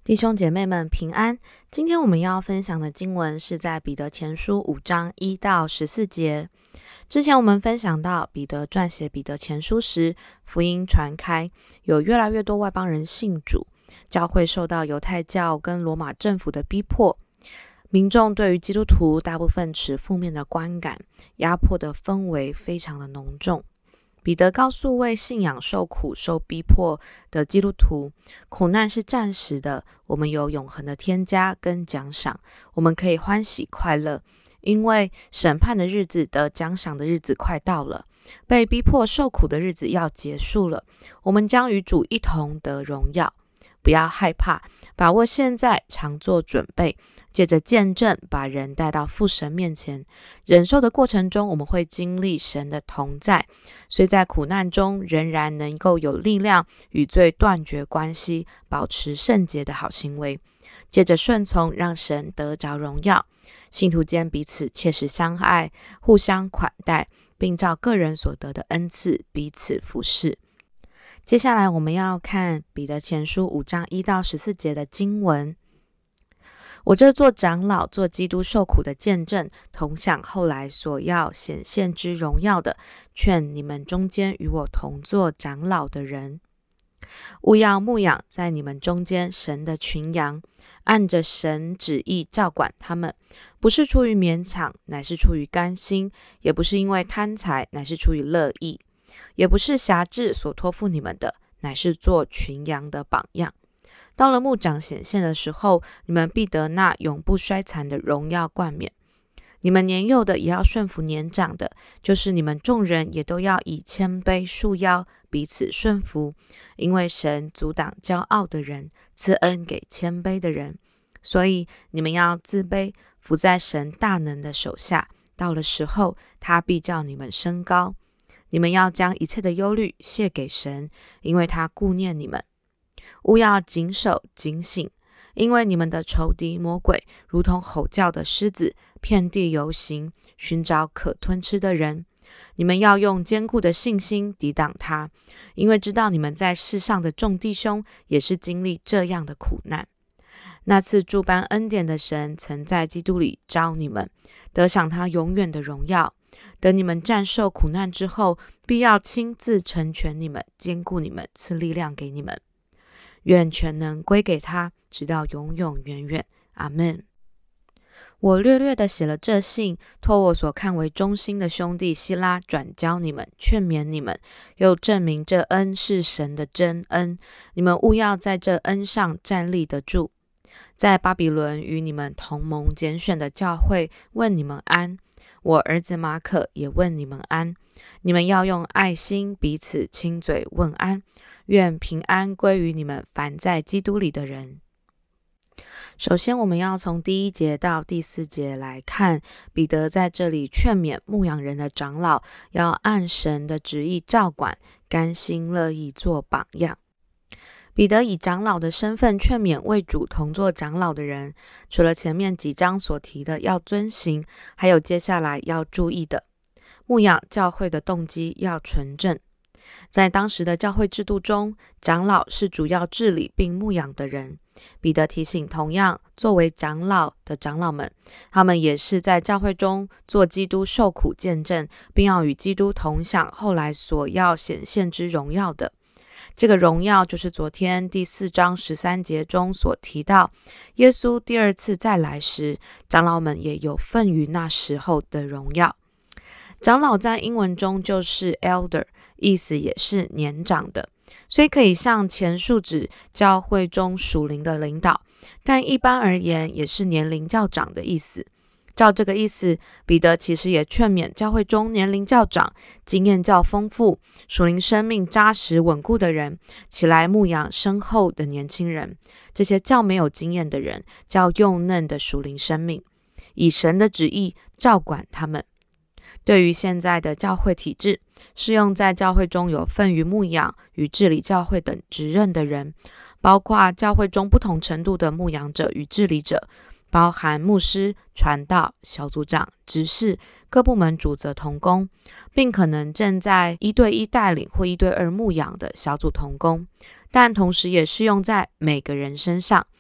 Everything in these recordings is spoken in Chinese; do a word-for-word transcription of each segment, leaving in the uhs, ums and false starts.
弟兄姐妹们平安，今天我们要分享的经文是在彼得前书五章一到十四节。之前我们分享到彼得撰写彼得前书时，福音传开，有越来越多外邦人信主，教会受到犹太教跟罗马政府的逼迫，民众对于基督徒大部分持负面的观感，压迫的氛围非常的浓重。彼得告诉为信仰受苦受逼迫的基督徒，苦难是暂时的，我们有永恒的天家跟奖赏，我们可以欢喜快乐，因为审判的日子得奖赏的日子快到了，被逼迫受苦的日子要结束了，我们将与主一同得荣耀。不要害怕，把握现在，常做准备，借着见证把人带到父神面前。忍受的过程中，我们会经历神的同在，虽在苦难中仍然能够有力量与罪断绝关系，保持圣洁的好行为。借着顺从，让神得着荣耀。信徒间彼此切实相爱，互相款待，并照个人所得的恩赐彼此服侍。接下来我们要看彼得前书五章一到十四节的经文。我这做长老，做基督受苦的见证，同享后来所要显现之荣耀的，劝你们中间与我同做长老的人，务要牧养在你们中间神的群羊，按着神旨意照管他们，不是出于勉强，乃是出于甘心；也不是因为贪财，乃是出于乐意；也不是辖制所托付你们的，乃是做群羊的榜样。到了牧长显现的时候，你们必得那永不衰残的荣耀冠冕。你们年幼的也要顺服年长的，就是你们众人也都要以谦卑束腰，彼此顺服，因为神阻挡骄傲的人，赐恩给谦卑的人。所以你们要自卑，服在神大能的手下，到了时候，他必叫你们升高。你们要将一切的忧虑卸给神，因为他顾念你们。务要谨守警醒，因为你们的仇敌魔鬼如同吼叫的狮子，遍地游行，寻找可吞吃的人。你们要用坚固的信心抵挡他，因为知道你们在世上的众弟兄也是经历这样的苦难。那次诸般恩典的神曾在基督里召你们，得享他永远的荣耀。等你们战胜苦难之后，必要亲自成全你们，坚固你们，赐力量给你们。愿全能归给他，直到永永远远。阿们。我略略的写了这信，托我所看为忠心的兄弟希拉转交你们，劝勉你们，又证明这恩是神的真恩。你们务要在这恩上站立得住。在巴比伦与你们同盟拣选的教会问你们安。我儿子马可也问你们安。你们要用爱心彼此亲嘴问安。愿平安归于你们凡在基督里的人。首先我们要从第一节到第四节来看，彼得在这里劝勉牧养人的长老要按神的旨意照管，甘心乐意做榜样。彼得以长老的身份劝勉为主同做长老的人，除了前面几章所提的要遵行，还有接下来要注意的。牧养教会的动机要纯正。在当时的教会制度中，长老是主要治理并牧养的人。彼得提醒同样作为长老的长老们，他们也是在教会中做基督受苦见证，并要与基督同享后来所要显现之荣耀的。这个荣耀就是昨天第四章十三节中所提到，耶稣第二次再来时，长老们也有份于那时候的荣耀。长老在英文中就是 elder， 意思也是年长的，所以可以像前述指教会中属灵的领导，但一般而言也是年龄较长的意思。照这个意思，彼得其实也劝勉教会中年龄较长、经验较丰富、属灵生命扎实稳固的人，起来牧养深厚的年轻人，这些较没有经验的人，较幼嫩的属灵生命，以神的旨意照管他们。对于现在的教会体制，适用在教会中有份于牧养与治理教会等职任的人，包括教会中不同程度的牧养者与治理者，包含牧师、传道、小组长、执事、各部门主责同工，并可能正在一对一带领或一对二牧养的小组同工，但同时也适用在每个人身上。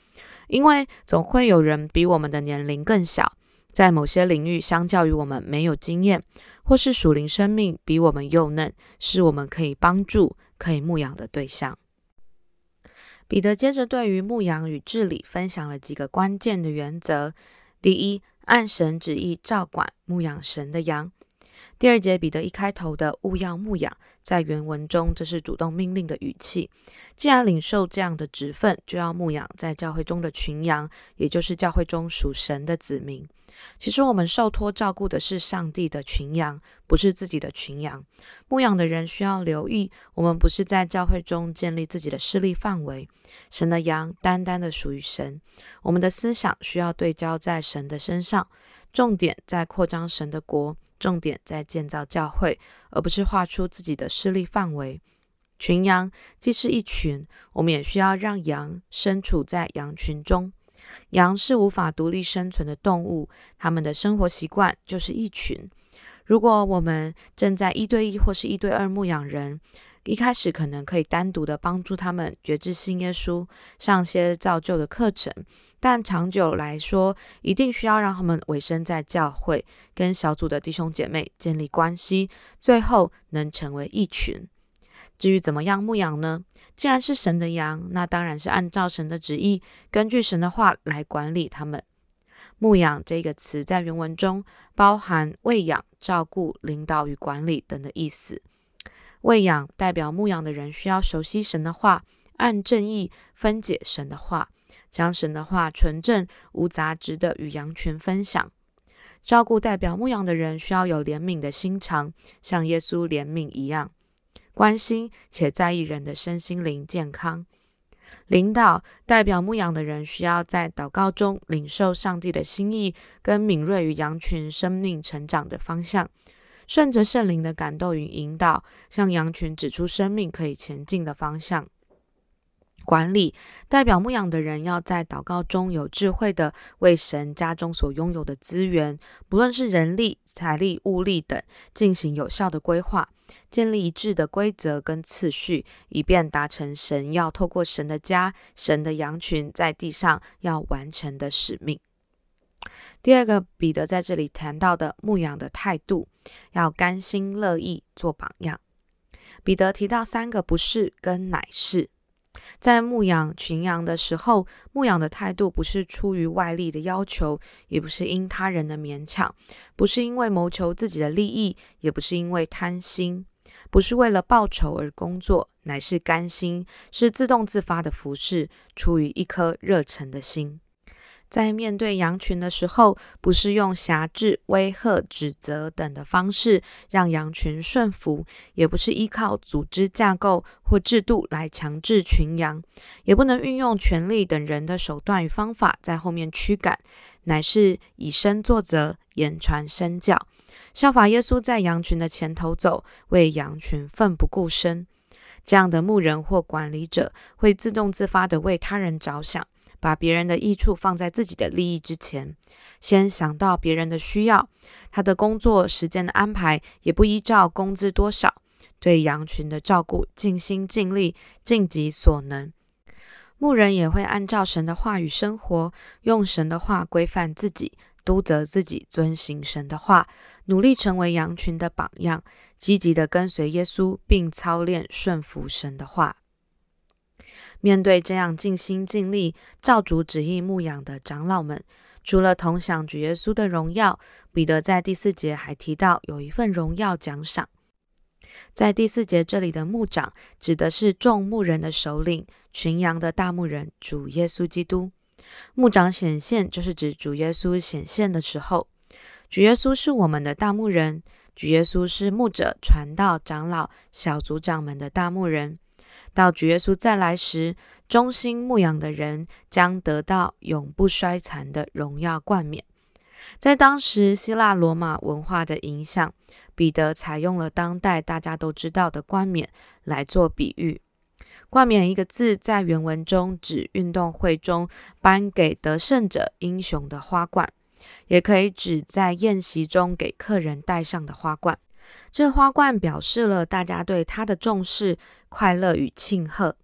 因为总会有人比我们的年龄更小，在某些领域相较于我们没有经验，或是属灵生命比我们幼嫩，是我们可以帮助、可以牧养的对象。彼得接着对于牧养与治理分享了几个关键的原则。第一，按神旨意照管牧养神的羊。第二节彼得一开头的务要牧养，在原文中这是主动命令的语气。既然领受这样的职分，就要牧养在教会中的群羊，也就是教会中属神的子民。其实我们受托照顾的是上帝的群羊，不是自己的群羊。牧养的人需要留意，我们不是在教会中建立自己的势力范围，神的羊单单的属于神。我们的思想需要对焦在神的身上，重点在扩张神的国，重点在建造教会，而不是画出自己的势力范围。群羊既是一群，我们也需要让羊身处在羊群中。羊是无法独立生存的动物，它们的生活习惯就是一群。如果我们正在一对一或是一对二牧养人，一开始可能可以单独的帮助他们觉知信耶稣，上些造就的课程，但长久来说，一定需要让他们委身在教会，跟小组的弟兄姐妹建立关系，最后能成为一群。至于怎么样牧养呢？既然是神的羊，那当然是按照神的旨意，根据神的话来管理他们。牧养这个词在原文中包含喂养、照顾、领导与管理等的意思。喂养代表牧养的人需要熟悉神的话，按正义分解神的话，将神的话纯正无杂质的与羊群分享。照顾代表牧养的人需要有怜悯的心肠，像耶稣怜悯一样，关心且在意人的身心灵健康。领导代表牧养的人需要在祷告中领受上帝的心意，跟敏锐于羊群生命成长的方向，顺着圣灵的感动与引导，向羊群指出生命可以前进的方向。管理代表牧养的人要在祷告中有智慧的为神家中所拥有的资源，不论是人力、财力、物力等，进行有效的规划，建立一致的规则跟次序，以便达成神要透过神的家、神的羊群在地上要完成的使命。第二个，彼得在这里谈到的牧养的态度，要甘心乐意做榜样。彼得提到三个不是跟乃是。在牧养群羊的时候，牧养的态度不是出于外力的要求，也不是因他人的勉强，不是因为谋求自己的利益，也不是因为贪心，不是为了报酬而工作，乃是甘心，是自动自发的服事，出于一颗热忱的心。在面对羊群的时候，不是用辖制、威吓、指责等的方式让羊群顺服，也不是依靠组织架构或制度来强制群羊，也不能运用权力等人的手段与方法在后面驱赶，乃是以身作则，言传身教，效法耶稣在羊群的前头走，为羊群奋不顾身。这样的牧人或管理者会自动自发地为他人着想，把别人的益处放在自己的利益之前，先想到别人的需要。他的工作时间的安排也不依照工资多少，对羊群的照顾尽心尽力，尽己所能。牧人也会按照神的话语生活，用神的话规范自己，督责自己遵行神的话，努力成为羊群的榜样，积极地跟随耶稣，并操练顺服神的话。面对这样尽心尽力照主旨意牧养的长老们，除了同享主耶稣的荣耀，彼得在第四节还提到有一份荣耀奖赏。在第四节这里的牧长指的是众牧人的首领，群羊的大牧人主耶稣基督。牧长显现就是指主耶稣显现的时候，主耶稣是我们的大牧人，主耶稣是牧者、传道、长老、小组长们的大牧人。到主耶稣再来时，忠心牧养的人将得到永不衰残的荣耀冠冕。在当时希腊罗马文化的影响，彼得采用了当代大家都知道的冠冕来做比喻。冠冕一个字在原文中指运动会中颁给得胜者英雄的花冠，也可以指在宴席中给客人戴上的花冠。这花冠表示了大家对他的重视、快乐与庆贺。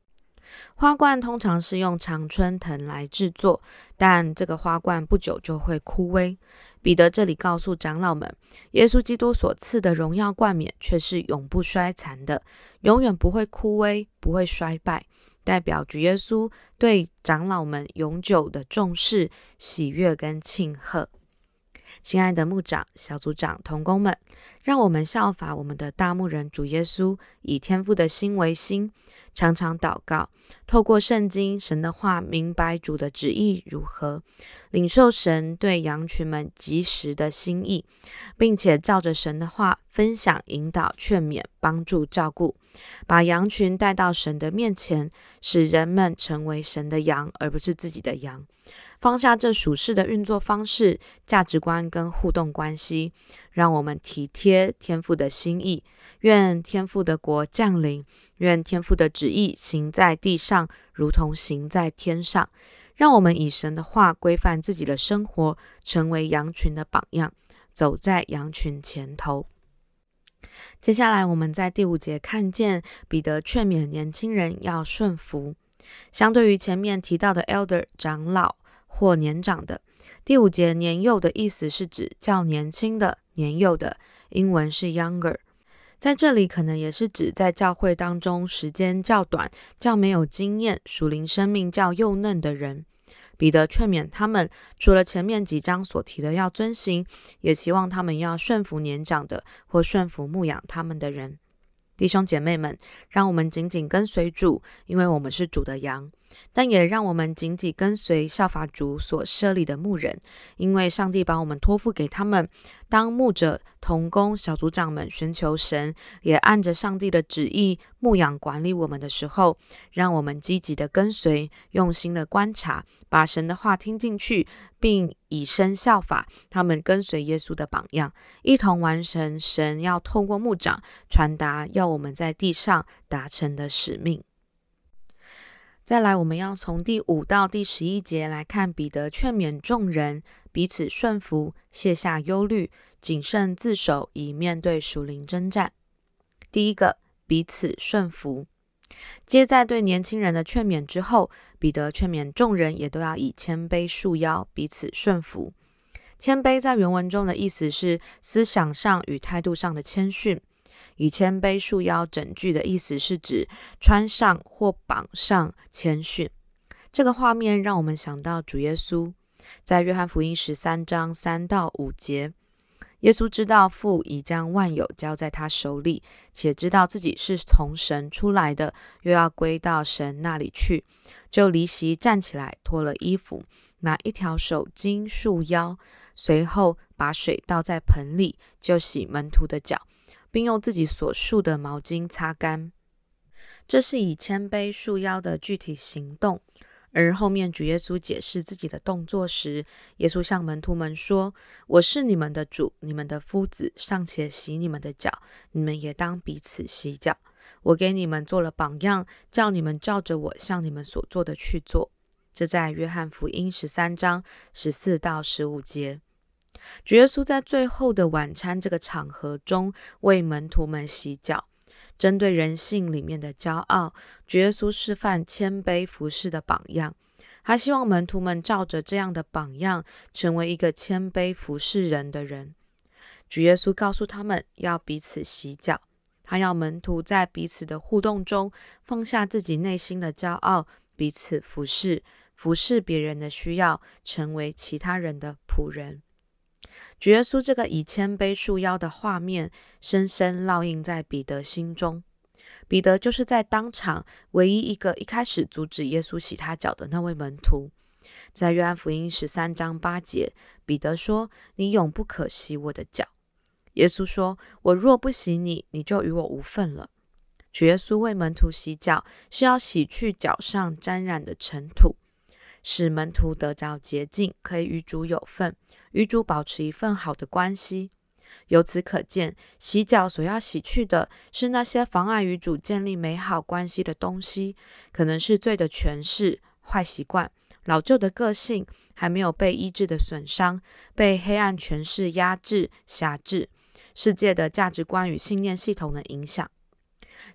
花冠通常是用常春藤来制作，但这个花冠不久就会枯萎。彼得这里告诉长老们，耶稣基督所赐的荣耀冠冕却是永不衰残的，永远不会枯萎，不会衰败，代表主耶稣对长老们永久的重视、喜悦跟庆贺。亲爱的牧长、小组长、同工们，让我们效法我们的大牧人主耶稣，以天父的心为心，常常祷告，透过圣经神的话明白主的旨意如何，领受神对羊群们及时的心意，并且照着神的话分享、引导、劝勉、帮助、照顾，把羊群带到神的面前，使人们成为神的羊，而不是自己的羊。放下这属世的运作方式、价值观跟互动关系，让我们体贴天父的心意。愿天父的国降临，愿天父的旨意行在地上，如同行在天上。让我们以神的话规范自己的生活，成为羊群的榜样，走在羊群前头。接下来我们在第五节看见彼得劝勉年轻人要顺服。相对于前面提到的 elder 长老或年长的，第五节年幼的意思是指较年轻的、年幼的，英文是 younger。 在这里可能也是指在教会当中时间较短、较没有经验、属灵生命较幼嫩的人。彼得劝勉他们，除了前面几章所提的要遵行，也希望他们要顺服年长的或顺服牧养他们的人。弟兄姐妹们，让我们紧紧跟随主，因为我们是主的羊，但也让我们紧紧跟随效法主所设立的牧人，因为上帝把我们托付给他们，当牧者、同工、小组长们寻求神，也按着上帝的旨意牧养管理我们的时候，让我们积极的跟随，用心的观察，把神的话听进去，并以身效法他们，跟随耶稣的榜样，一同完成神要透过牧长传达要我们在地上达成的使命。再来，我们要从第五到第十一节来看彼得劝勉众人彼此顺服，卸下忧虑，谨慎自守，以面对属灵征战。第一个，彼此顺服。接在对年轻人的劝勉之后，彼得劝勉众人也都要以谦卑束腰，彼此顺服。谦卑在原文中的意思是思想上与态度上的谦逊。以谦卑束腰整句的意思是指穿上或绑上谦逊。这个画面让我们想到主耶稣在约翰福音十三章三到五节，耶稣知道父已将万有交在他手里，且知道自己是从神出来的，又要归到神那里去，就离席站起来，脱了衣服，拿一条手巾束腰，随后把水倒在盆里，就洗门徒的脚，并用自己所束的毛巾擦干。这是以谦卑束腰的具体行动。而后面主耶稣解释自己的动作时，耶稣向门徒们说，我是你们的主，你们的夫子，尚且洗你们的脚，你们也当彼此洗脚。我给你们做了榜样，叫你们照着我向你们所做的去做。这在约翰福音十三章十四到十五节。主耶稣在最后的晚餐这个场合中为门徒们洗脚。针对人性里面的骄傲，主耶稣示范谦卑服侍的榜样。他希望门徒们照着这样的榜样，成为一个谦卑服侍人的人。主耶稣告诉他们要彼此洗脚，他要门徒在彼此的互动中放下自己内心的骄傲，彼此服侍，服侍别人的需要，成为其他人的仆人。主耶稣这个以谦卑束腰的画面深深烙印在彼得心中。彼得就是在当场唯一一个一开始阻止耶稣洗他脚的那位门徒。在约翰福音十三章八节，彼得说，你永不可洗我的脚。耶稣说，我若不洗你，你就与我无份了。主耶稣为门徒洗脚，是要洗去脚上沾染的尘土，使门徒得着洁净，可以与主有份，与主保持一份好的关系。由此可见，洗脚所要洗去的是那些妨碍与主建立美好关系的东西，可能是罪的权势、坏习惯、老旧的个性，还没有被医治的损伤，被黑暗权势压制、辖制，世界的价值观与信念系统的影响。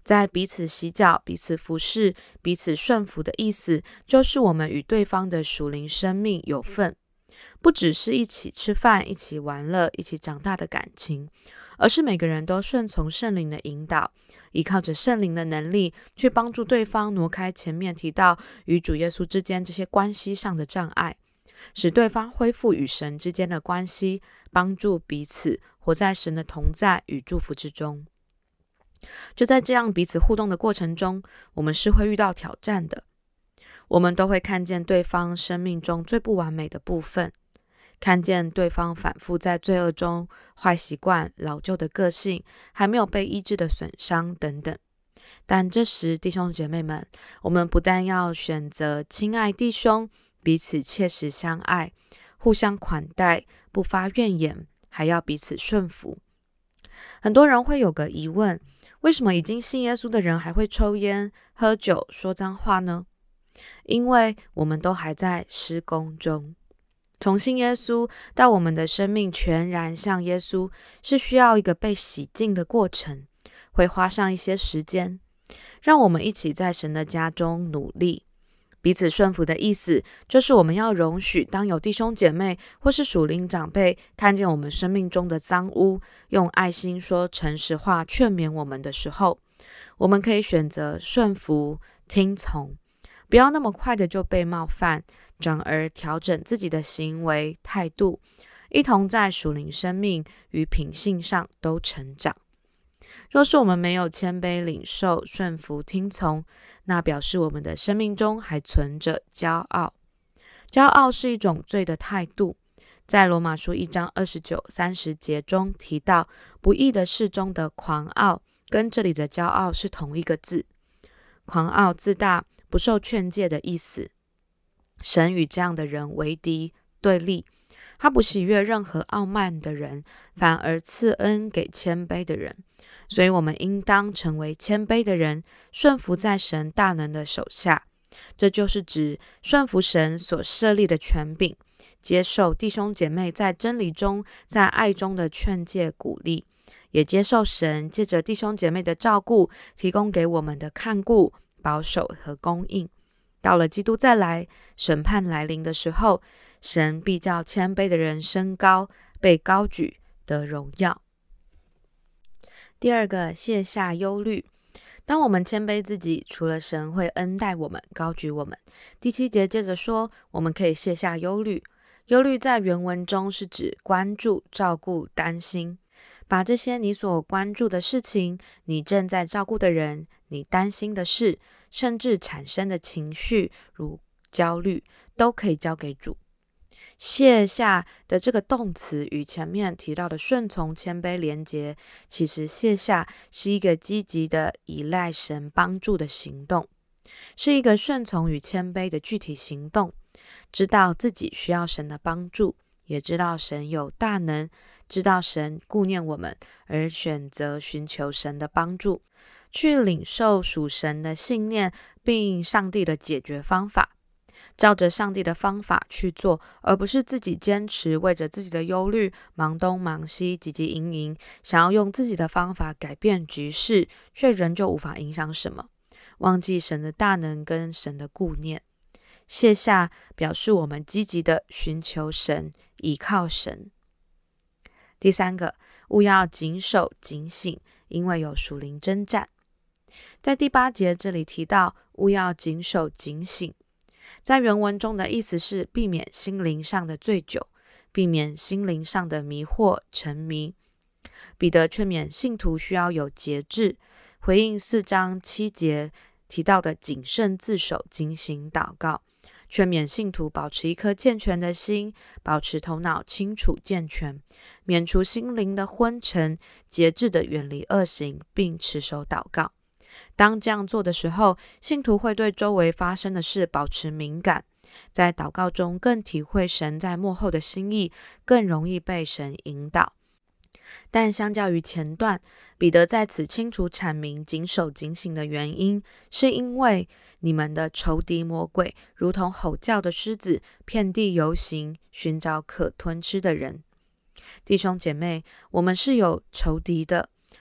在彼此洗脚、彼此服侍、彼此顺服的意思，就是我们与对方的属灵生命有份，不只是一起吃饭、一起玩乐、一起长大的感情，而是每个人都顺从圣灵的引导，依靠着圣灵的能力，去帮助对方挪开前面提到与主耶稣之间这些关系上的障碍，使对方恢复与神之间的关系，帮助彼此活在神的同在与祝福之中。就在这样彼此互动的过程中，我们是会遇到挑战的。我们都会看见对方生命中最不完美的部分，看见对方反复在罪恶中、坏习惯、老旧的个性、还没有被医治的损伤等等。但这时，弟兄姐妹们，我们不但要选择亲爱弟兄，彼此切实相爱，互相款待，不发怨言，还要彼此顺服。很多人会有个疑问，为什么已经信耶稣的人还会抽烟、喝酒、说脏话呢？因为我们都还在施工中。从信耶稣到我们的生命全然像耶稣，是需要一个被洗净的过程，会花上一些时间。让我们一起在神的家中努力。彼此顺服的意思，就是我们要容许当有弟兄姐妹或是属灵长辈看见我们生命中的脏污，用爱心说诚实话劝勉我们的时候，我们可以选择顺服听从，不要那么快的就被冒犯，转而调整自己的行为态度，一同在属灵生命与品性上都成长。若是我们没有谦卑领受、顺服听从，那表示我们的生命中还存着骄傲。骄傲是一种罪的态度，在罗马书一章二十九、三十节中提到，不义的事中的狂傲，跟这里的骄傲是同一个字。狂傲、自大、不受劝诫的意思。神与这样的人为敌对立，他不喜悦任何傲慢的人，反而赐恩给谦卑的人。所以我们应当成为谦卑的人，顺服在神大能的手下。这就是指顺服神所设立的权柄，接受弟兄姐妹在真理中、在爱中的劝诫鼓励，也接受神借着弟兄姐妹的照顾，提供给我们的看顾、保守和供应。到了基督再来、审判来临的时候，神必叫谦卑的人升高，被高举得荣耀。第二个，卸下忧虑。当我们谦卑自己，除了神会恩待我们、高举我们。第七节接着说，我们可以卸下忧虑。忧虑在原文中是指关注、照顾、担心。把这些你所关注的事情、你正在照顾的人、你担心的事，甚至产生的情绪，如焦虑，都可以交给主。卸下的这个动词与前面提到的顺从、谦卑连结，其实卸下是一个积极的依赖神帮助的行动，是一个顺从与谦卑的具体行动。知道自己需要神的帮助，也知道神有大能，知道神顾念我们，而选择寻求神的帮助，去领受属神的信念，并上帝的解决方法。照着上帝的方法去做，而不是自己坚持为着自己的忧虑忙东忙西、汲汲营营，想要用自己的方法改变局势，却仍旧无法影响什么，忘记神的大能跟神的顾念。卸下表示我们积极的寻求神，倚靠神。第三个，务要谨守警醒，因为有属灵征战。在第八节这里提到，务要谨守警醒。在原文中的意思是避免心灵上的醉酒，避免心灵上的迷惑沉迷。彼得劝勉信徒需要有节制，回应四章七节提到的谨慎自守、警醒祷告，劝勉信徒保持一颗健全的心，保持头脑清楚健全，免除心灵的昏沉，节制的远离恶行，并持守祷告。当这样做的时候，信徒会对周围发生的事保持敏感，在祷告中更体会神在幕后的心意，更容易被神引导。但相较于前段，彼得在此清楚阐明谨守警醒的原因，是因为你们的仇敌魔鬼如同吼叫的狮子，遍地游行，寻找可吞吃的人。弟兄姐妹，我们是有仇敌的，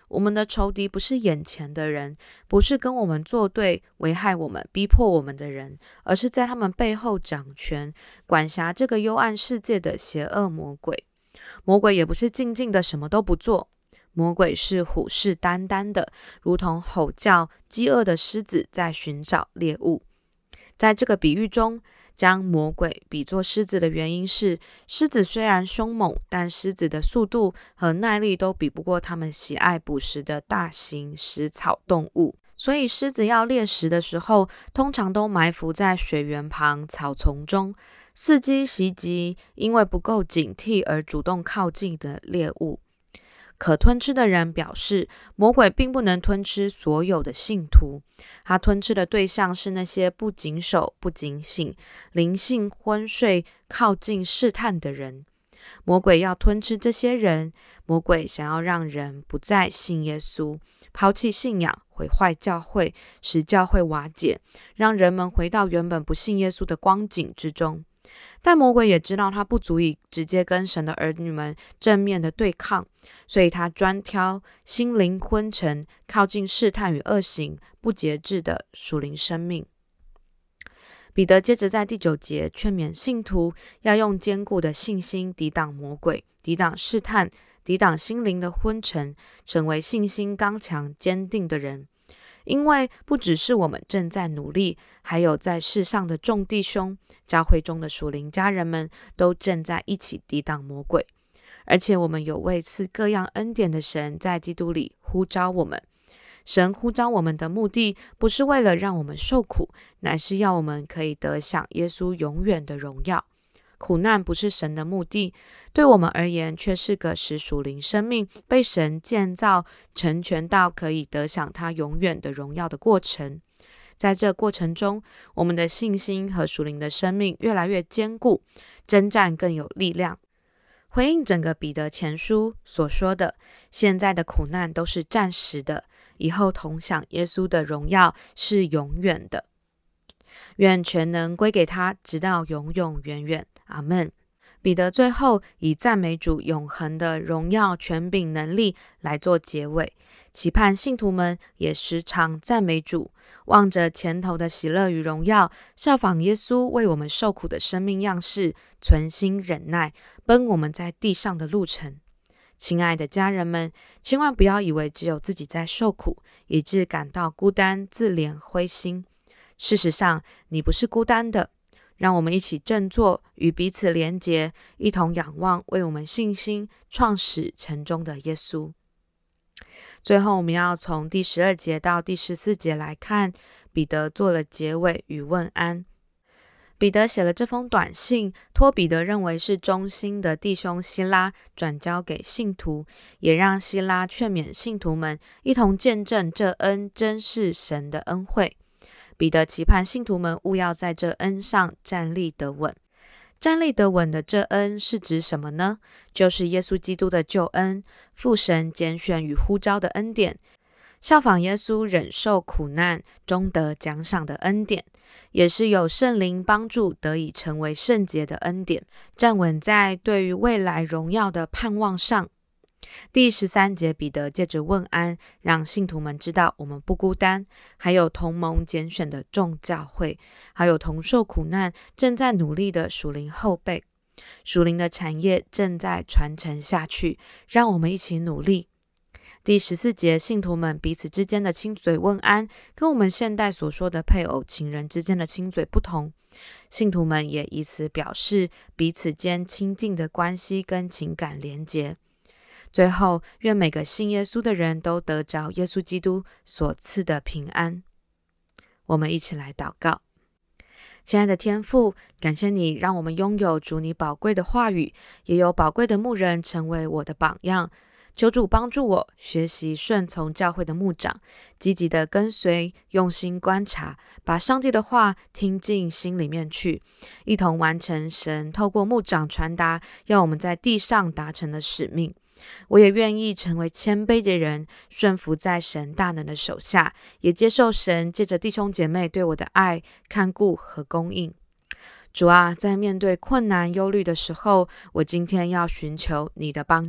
我们的仇敌不是眼前的人，不是跟我们作对、危害我们、逼迫我们的人，而是在他们背后掌权、管辖这个幽暗世界的邪恶魔鬼。魔鬼也不是静静的什么都不做，魔鬼是虎视眈眈的，如同吼叫饥饿的狮子在寻找猎物。在这个比喻中，将魔鬼比作狮子的原因是，狮子虽然凶猛，但狮子的速度和耐力都比不过它们喜爱捕食的大型食草动物。所以狮子要猎食的时候，通常都埋伏在水源旁、草丛中，伺机袭击因为不够警惕而主动靠近的猎物。可吞吃的人表示，魔鬼并不能吞吃所有的信徒，他吞吃的对象是那些不谨守、不警醒、灵性昏睡、靠近试探的人。魔鬼要吞吃这些人，魔鬼想要让人不再信耶稣，抛弃信仰，毁坏教会，使教会瓦解，让人们回到原本不信耶稣的光景之中。但魔鬼也知道他不足以直接跟神的儿女们正面的对抗，所以他专挑心灵昏沉、靠近试探与恶行、不节制的属灵生命。彼得接着在第九节劝勉信徒要用坚固的信心抵挡魔鬼，抵挡试探，抵挡心灵的昏沉，成为信心刚强坚定的人。因为不只是我们正在努力，还有在世上的众弟兄、教会中的属灵家人们都正在一起抵挡魔鬼。而且我们有位赐各样恩典的神在基督里呼召我们。神呼召我们的目的不是为了让我们受苦，乃是要我们可以得享耶稣永远的荣耀。苦难不是神的目的，对我们而言却是个使属灵生命被神建造成全到可以得享他永远的荣耀的过程。在这过程中，我们的信心和属灵的生命越来越坚固，征战更有力量。回应整个彼得前书所说的，现在的苦难都是暂时的，以后同享耶稣的荣耀是永远的。愿全能归给他，直到永永远远。阿们。彼得最后以赞美主永恒的荣耀、权柄、能力来做结尾，期盼信徒们也时常赞美主，望着前头的喜乐与荣耀，效仿耶稣为我们受苦的生命样式，存心忍耐，奔我们在地上的路程。亲爱的家人们，千万不要以为只有自己在受苦，以致感到孤单、自怜、灰心。事实上，你不是孤单的。让我们一起振作，与彼此连结，一同仰望为我们信心创始成终的耶稣。最后，我们要从第十二节到第十四节来看，彼得做了结尾与问安。彼得写了这封短信，托彼得认为是忠心的弟兄希拉转交给信徒，也让希拉劝勉信徒们一同见证这恩真是神的恩惠。彼得期盼信徒们务要在这恩上站立得稳。站立得稳的这恩是指什么呢？就是耶稣基督的救恩，父神拣选与呼召的恩典，效仿耶稣忍受苦难，终得奖赏的恩典，也是有圣灵帮助得以成为圣洁的恩典，站稳在对于未来荣耀的盼望上。第十三节，彼得借着问安，让信徒们知道我们不孤单，还有同盟拣选的众教会，还有同受苦难正在努力的属灵后辈，属灵的产业正在传承下去，让我们一起努力。第十四节，信徒们彼此之间的亲嘴问安，跟我们现代所说的配偶、情人之间的亲嘴不同，信徒们也以此表示彼此间亲近的关系跟情感连结。最后，愿每个信耶稣的人都得着耶稣基督所赐的平安。我们一起来祷告。亲爱的天父，感谢你让我们拥有主你宝贵的话语，也有宝贵的牧人成为我的榜样。求主帮助我学习顺从教会的牧长，积极的跟随，用心观察，把上帝的话听进心里面去，一同完成神透过牧长传达要我们在地上达成的使命。我也愿意成为谦卑的人，顺服在神大能的手下，也接受神借着弟兄姐妹对我的爱、看顾和供应。主啊，在面对困难、忧虑的时候，我今天要寻求你的帮助。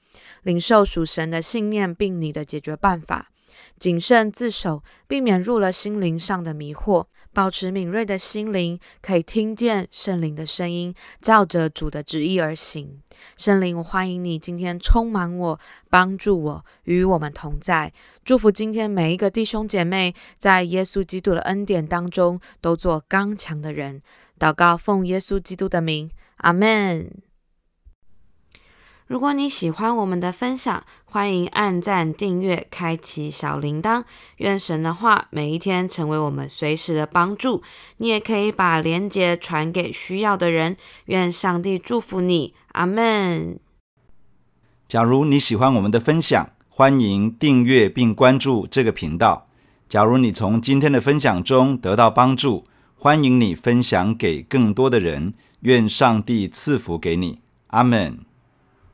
领受属神的信念并你的解决办法，谨慎自守，避免入了心灵上的迷惑，保持敏锐的心灵，可以听见圣灵的声音，照着主的旨意而行。圣灵，我欢迎你今天充满我，帮助我，与我们同在。祝福今天每一个弟兄姐妹，在耶稣基督的恩典当中，都做刚强的人。祷告奉耶稣基督的名，阿们。如果你喜欢我们的分享，欢迎按赞、订阅、开启小铃铛。愿神的话每一天成为我们随时的帮助。你也可以把连结传给需要的人。愿上帝祝福你，阿们。 假如你喜欢我们的分享，欢迎订阅并关注这个频道。假如你从今天的分享中得到帮助，欢迎你分享给更多的人。愿上帝赐福给你，阿们。